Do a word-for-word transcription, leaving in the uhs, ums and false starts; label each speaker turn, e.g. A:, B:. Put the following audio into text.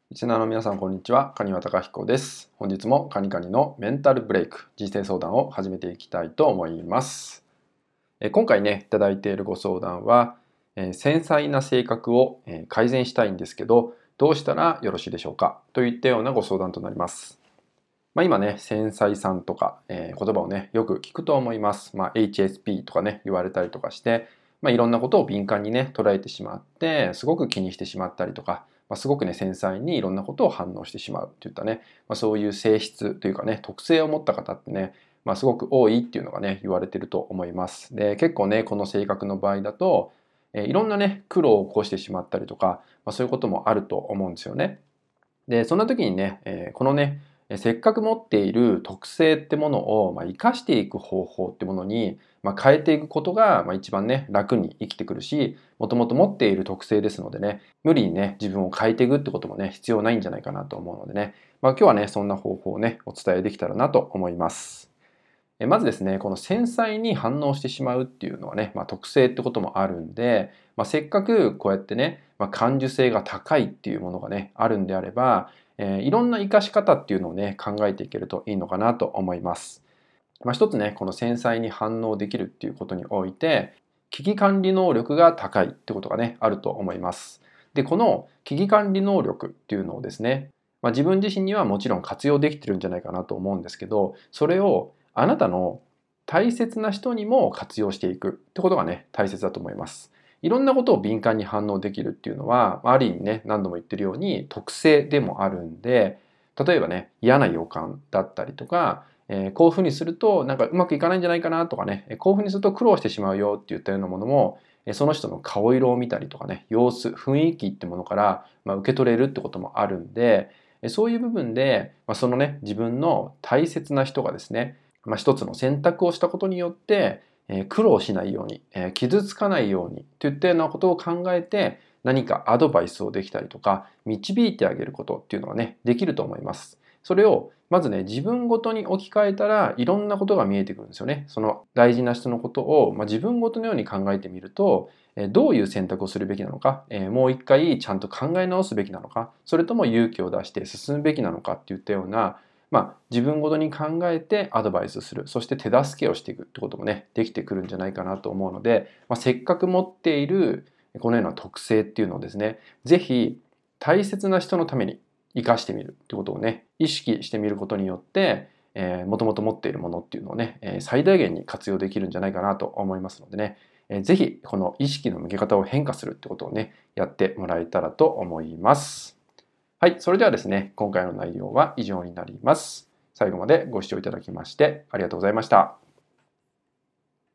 A: リスナーの皆さん、こんにちは。蟹場貴彦です。本日もカニカニのメンタルブレイク、人生相談を始めていきたいと思います。え今回ね、いただいているご相談は、え繊細な性格をえ改善したいんですけど、どうしたらよろしいでしょうかといったようなご相談となります。まあ、今ね、繊細さんとか、えー言葉をね、よく聞くと思います。まあ、エイチエスピー とかね、言われたりとかして、まあ、いろんなことを敏感にね、捉えてしまって、すごく気にしてしまったりとか、まあ、すごくね、繊細にいろんなことを反応してしまうといったね、まあ、そういう性質というかね、特性を持った方ってね、まあ、すごく多いっていうのがね、言われてると思います。で、結構ね、この性格の場合だと、えーいろんなね、苦労を起こしてしまったりとか、まあ、そういうこともあると思うんですよね。で、そんな時にね、えーこのね、せっかく持っている特性ってものを、まあ、生かしていく方法ってものに、まあ、変えていくことが、まあ、一番ね、楽に生きてくるし、もともと持っている特性ですのでね、無理にね、自分を変えていくってこともね、必要ないんじゃないかなと思うのでね、まあ、今日はね、そんな方法をね、お伝えできたらなと思います。えまずですね、この繊細に反応してしまうっていうのはね、まあ、特性ってこともあるんで、まあ、せっかくこうやってね、まあ、感受性が高いっていうものがね、あるんであれば、えーいろんな活かし方っていうのをね、考えていけるといいのかなと思います。まあ、一つね、この繊細に反応できるっていうことにおいて、危機管理能力が高いってことがね、あると思います。で、この危機管理能力っていうのをですね、まあ、自分自身にはもちろん活用できてるんじゃないかなと思うんですけど、それをあなたの大切な人にも活用していくってことがね、大切だと思います。いろんなことを敏感に反応できるっていうのは、ある意味ね、何度も言ってるように特性でもあるんで、例えばね、嫌な予感だったりとか、えーこういうふうにするとなんかうまくいかないんじゃないかなとかね、こういうふうにすると苦労してしまうよっていったようなものも、その人の顔色を見たりとかね、様子、雰囲気ってものから、まあ、受け取れるってこともあるんで、そういう部分で、まあ、そのね、自分の大切な人がですね、まあ、一つの選択をしたことによって、えー苦労しないように、えー傷つかないようにといったようなことを考えて、何かアドバイスをできたりとか、導いてあげることっていうのはね、できると思います。それをまずね、自分ごとに置き換えたらいろんなことが見えてくるんですよね。その大事な人のことを、まあ、自分ごとのように考えてみると、えーどういう選択をするべきなのか、えーもう一回ちゃんと考え直すべきなのか、それとも勇気を出して進むべきなのかっていったような、まあ、自分ごとに考えてアドバイスする、そして手助けをしていくってこともね、できてくるんじゃないかなと思うので、まあ、せっかく持っているこのような特性っていうのをですね、ぜひ大切な人のために生かしてみるってことをね、意識してみることによって、えー、もともと持っているものっていうのをね、えー最大限に活用できるんじゃないかなと思いますのでね、えーぜひこの意識の向け方を変化するってことをね、やってもらえたらと思います。はい、それではですね、今回の内容は以上になります。最後までご視聴いただきましてありがとうございました。